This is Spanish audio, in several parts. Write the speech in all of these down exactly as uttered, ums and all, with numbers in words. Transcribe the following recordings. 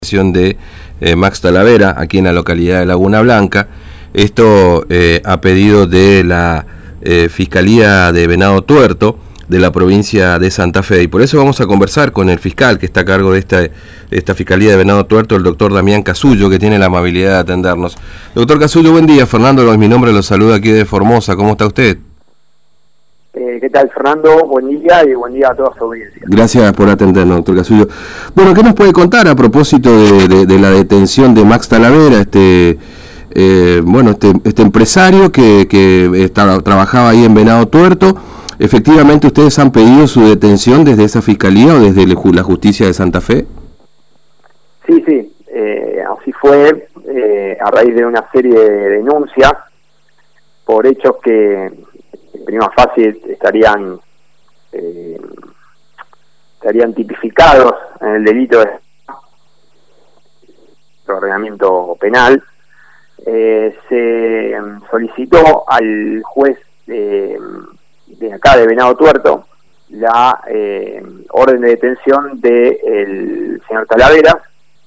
de eh, Max Talavera aquí en la localidad de Laguna Blanca. Esto eh, a pedido de la eh, Fiscalía de Venado Tuerto de la provincia de Santa Fe, y por eso vamos a conversar con el fiscal que está a cargo de esta, de esta Fiscalía de Venado Tuerto, el doctor Damián Casullo, que tiene la amabilidad de atendernos. Doctor Casullo, buen día. Fernando, es mi nombre, lo saluda aquí de Formosa. ¿Cómo está usted? Eh, ¿Qué tal, Fernando? Buen día y buen día a toda su audiencia. Gracias por atendernos, doctor Casullo. Bueno, ¿qué nos puede contar a propósito de, de, de la detención de Max Talavera, este eh, bueno este, este empresario que, que estaba, trabajaba ahí en Venado Tuerto? ¿Efectivamente ustedes han pedido su detención desde esa fiscalía o desde la justicia de Santa Fe? Sí, sí, eh, así fue, eh, a raíz de una serie de denuncias por hechos que en prima fase estarían eh, estarían tipificados en el delito de ordenamiento penal. Eh, se solicitó al juez eh, de acá de Venado Tuerto la eh, orden de detención del señor Talavera.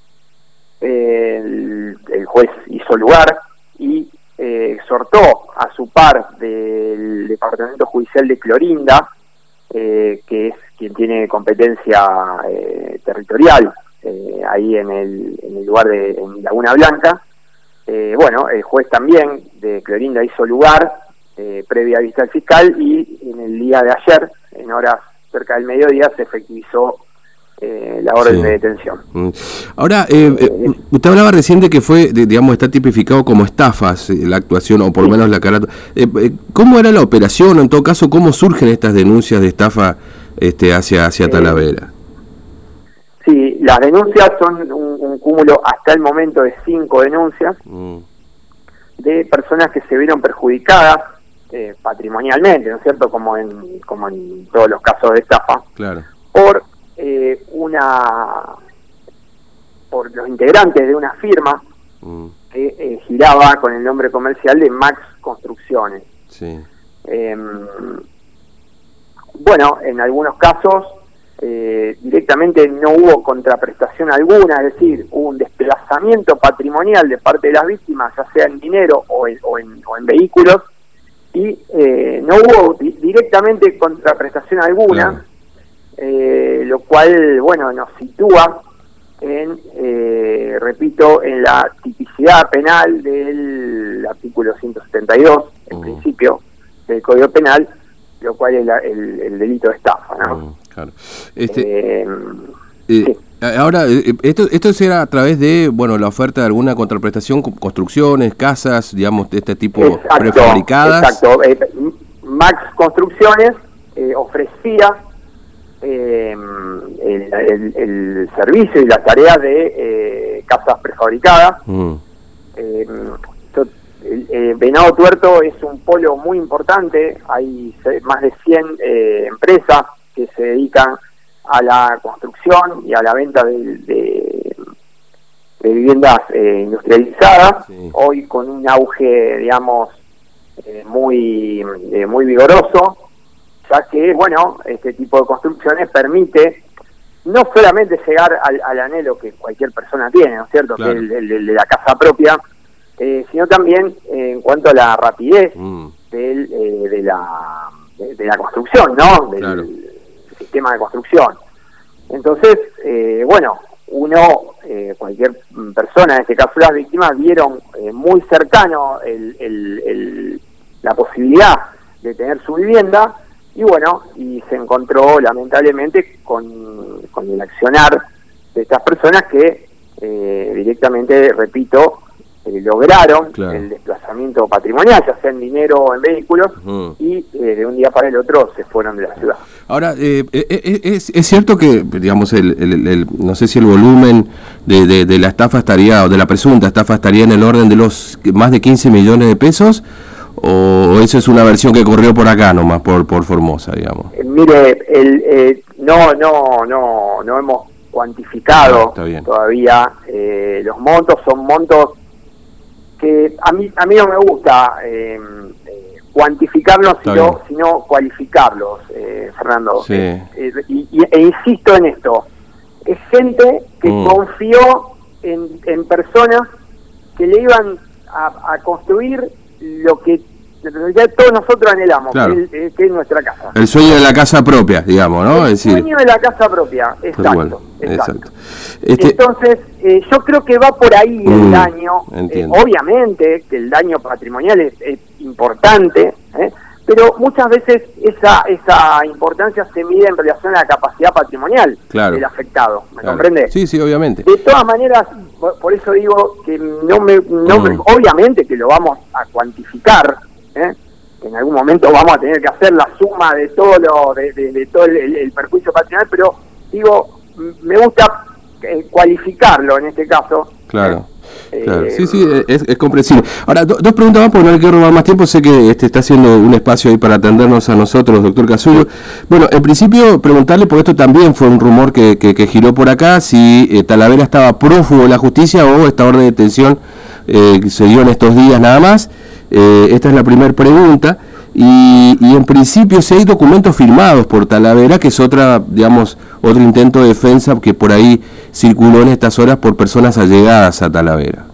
El, el juez hizo lugar y eh, exhortó a su par del Departamento Judicial de Clorinda, eh, que es quien tiene competencia eh, territorial eh, ahí en el, en el lugar de en Laguna Blanca. Eh, bueno, el juez también de Clorinda hizo lugar eh, previa vista al fiscal, y en el día de ayer, en horas cerca del mediodía, se efectivizó Eh, la orden sí. de detención. Ahora, eh, eh, usted hablaba recién de que fue, de, digamos, está tipificado como estafas eh, la actuación, o por lo sí. menos la carátula. Eh, eh, ¿Cómo era la operación, o en todo caso, cómo surgen estas denuncias de estafa este, hacia, hacia eh, Talavera? Sí, las denuncias son un, un cúmulo hasta el momento de cinco denuncias mm. de personas que se vieron perjudicadas eh, patrimonialmente, ¿no es cierto?, como en, como en todos los casos de estafa, claro. por Eh, una por los integrantes de una firma mm. que eh, giraba con el nombre comercial de Max Construcciones. Sí. Eh, bueno, en algunos casos eh, directamente no hubo contraprestación alguna, es decir, hubo un desplazamiento patrimonial de parte de las víctimas, ya sea en dinero o en, o en, o en vehículos, y eh, no hubo di directamente contraprestación alguna. Claro. Eh, lo cual, bueno, nos sitúa en, eh, repito, en la tipicidad penal del artículo ciento setenta y dos, en uh. principio, del Código Penal, lo cual es la, el, el delito de estafa, ¿no? Uh, claro. Este, eh, eh, sí. Ahora, esto esto será a través de, bueno, la oferta de alguna contraprestación, construcciones, casas, digamos, de este tipo exacto, prefabricadas. Exacto. Eh, Max Construcciones eh, ofrecía Eh, el, el, el servicio y las tareas de eh, casas prefabricadas. Mm. Eh, to, eh, Venado Tuerto es un polo muy importante, hay más de cien eh, empresas que se dedican a la construcción y a la venta de, de, de viviendas eh, industrializadas, sí. Hoy con un auge, digamos, eh, muy, eh, muy vigoroso, ya que, bueno, este tipo de construcciones permite no solamente llegar al, al anhelo que cualquier persona tiene, ¿no es cierto?, claro. que es el, el, el de la casa propia, eh, sino también eh, en cuanto a la rapidez mm. del, eh, de, la, de, de la construcción, ¿no?, del claro. sistema de construcción. Entonces, eh, bueno, uno, eh, cualquier persona, en este caso las víctimas, vieron eh, muy cercano el, el, el, la posibilidad de tener su vivienda. Y bueno, y se encontró lamentablemente con, con el accionar de estas personas que eh, directamente, repito, eh, lograron claro. el desplazamiento patrimonial, ya sea en dinero o en vehículos, uh-huh. y eh, de un día para el otro se fueron de la ciudad. Ahora, eh, es, es cierto que, digamos, el, el, el, no sé si el volumen de, de, de la estafa estaría, o de la presunta estafa estaría en el orden de los más de quince millones de pesos, o eso es una versión que corrió por acá nomás, por por Formosa, digamos. Eh, mire, el, eh, no no no no hemos cuantificado ah, todavía eh, los montos. Son montos que a mí a mí no me gusta eh, eh, cuantificarlos, sino, sino cualificarlos, eh, Fernando. Sí. Eh, eh, y, y, e insisto en esto, es gente que mm. confió en, en personas que le iban a, a construir lo que en realidad todos nosotros anhelamos, claro. que, es, que es nuestra casa. El sueño de la casa propia, digamos, ¿no? El es decir, sueño de la casa propia, exacto. Bueno, exacto. exacto. Este... Entonces, eh, yo creo que va por ahí el mm, daño. Eh, obviamente que el daño patrimonial es, es importante, ¿eh? pero muchas veces esa esa importancia se mide en relación a la capacidad patrimonial claro. del afectado, ¿me claro. comprende? Sí, sí, obviamente. De todas maneras, por, por eso digo que no me, no mm. me, obviamente que lo vamos a cuantificar, ¿eh? que en algún momento vamos a tener que hacer la suma de todo lo de, de, de todo el, el, el perjuicio patrimonial, pero digo, me gusta eh, cualificarlo en este caso. Claro. Eh, Claro, sí, sí, es, es comprensible. Ahora, do, dos preguntas más, porque no le quiero robar más tiempo. Sé que este está haciendo un espacio ahí para atendernos a nosotros, doctor Casullo. Bueno, en principio, preguntarle, porque esto también fue un rumor que, que, que giró por acá, si eh, Talavera estaba prófugo de la justicia o esta orden de detención eh, se dio en estos días nada más. Eh, esta es la primera pregunta. Y, y en principio, si hay documentos firmados por Talavera, que es otra, digamos, otro intento de defensa que por ahí circuló en estas horas por personas allegadas a Talavera.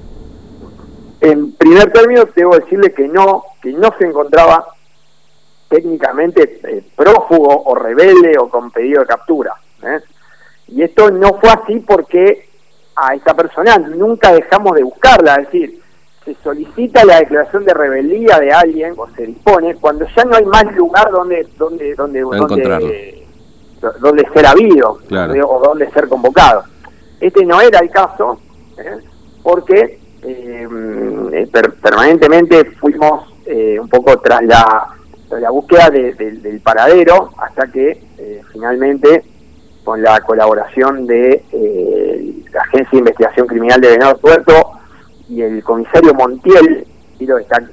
En primer término, debo decirle que no, que no se encontraba técnicamente eh, prófugo o rebelde o con pedido de captura. ¿eh? Y esto no fue así porque a esta persona nunca dejamos de buscarla, es decir, se solicita la declaración de rebeldía de alguien o se dispone cuando ya no hay más lugar donde donde donde donde, donde ser habido, claro. o donde ser convocado. Este no era el caso, ¿eh? porque eh, per permanentemente fuimos eh, un poco tras la, tras la búsqueda de, de, del paradero hasta que eh, finalmente, con la colaboración de eh, la Agencia de Investigación Criminal de Venado Tuerto y el comisario Montiel, y lo está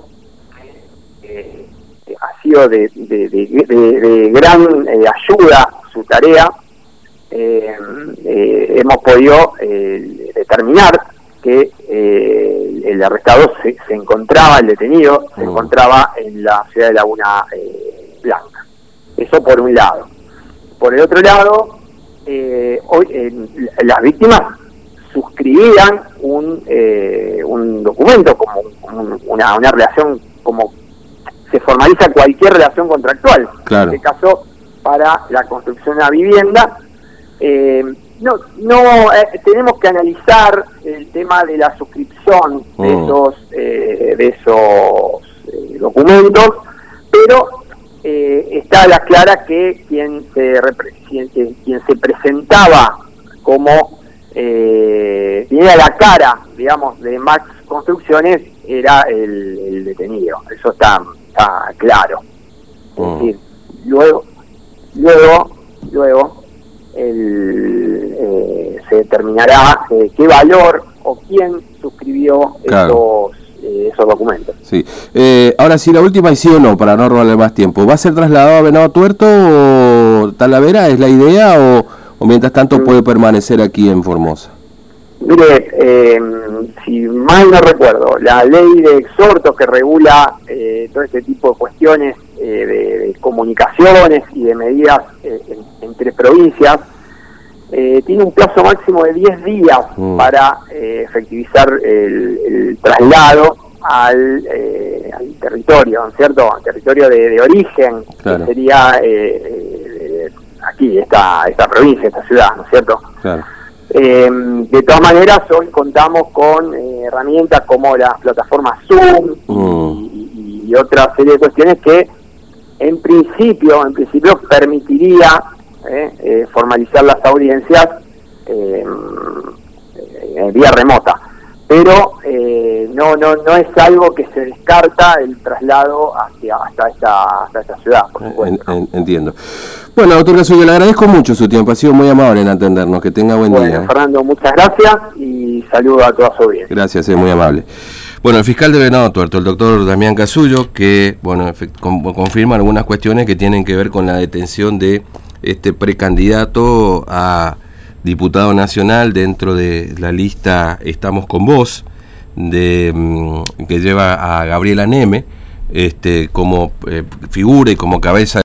eh, ha sido de, de, de, de, de gran eh, ayuda su tarea. Eh, eh, hemos podido eh, determinar que eh, el arrestado se, se encontraba, el detenido se mm. encontraba en la ciudad de Laguna eh, Blanca. Eso por un lado. Por el otro lado, eh, hoy eh, las víctimas suscribían un eh, un documento como, como una, una relación, como se formaliza cualquier relación contractual. Claro. En este caso, para la construcción de una vivienda. Eh, no, no eh, tenemos que analizar el tema de la suscripción de mm. esos eh, de esos eh, documentos, pero eh, está a la clara que quien se quien, quien se presentaba como eh, tenía la cara, digamos, de Max Construcciones era el, el detenido. Eso está, está claro. Mm. Es decir, luego, luego, luego. El, eh, se determinará eh, qué valor o quién suscribió claro. esos, eh, esos documentos. Sí. Eh, ahora sí, la última, y sí o no, para no robarle más tiempo. ¿Va a ser trasladado a Venado Tuerto o Talavera? ¿Es la idea o, o mientras tanto puede permanecer aquí en Formosa? Mire, eh, si mal no recuerdo, la ley de exhortos que regula eh, todo este tipo de cuestiones eh, de, de comunicaciones y de medidas eh, en, entre provincias, eh, tiene un plazo máximo de diez días mm. para eh, efectivizar el, el traslado al, eh, al territorio, ¿no es cierto? Al territorio de, de origen, claro. que sería eh, eh, aquí, esta, esta provincia, esta ciudad, ¿no es cierto? Claro. Eh, de todas maneras, hoy contamos con eh, herramientas como las plataformas Zoom mm. y, y otra serie de cuestiones que en principio, en principio permitiría eh, eh, formalizar las audiencias eh, eh, vía remota, pero eh, no no no es algo que se descarta el traslado hacia hasta esta hasta esta ciudad, por supuesto. En, en, entiendo. Bueno, doctor Casullo, le agradezco mucho su tiempo, ha sido muy amable en atendernos, que tenga buen bueno, día. Fernando, muchas gracias y saludo a toda su audiencia. Gracias, es muy amable. Bueno, el fiscal de Venado Tuerto, el doctor Damián Casullo, que bueno confirma algunas cuestiones que tienen que ver con la detención de este precandidato a diputado nacional dentro de la lista Estamos con Vos, de que lleva a Gabriela Neme este como eh, figura y como cabeza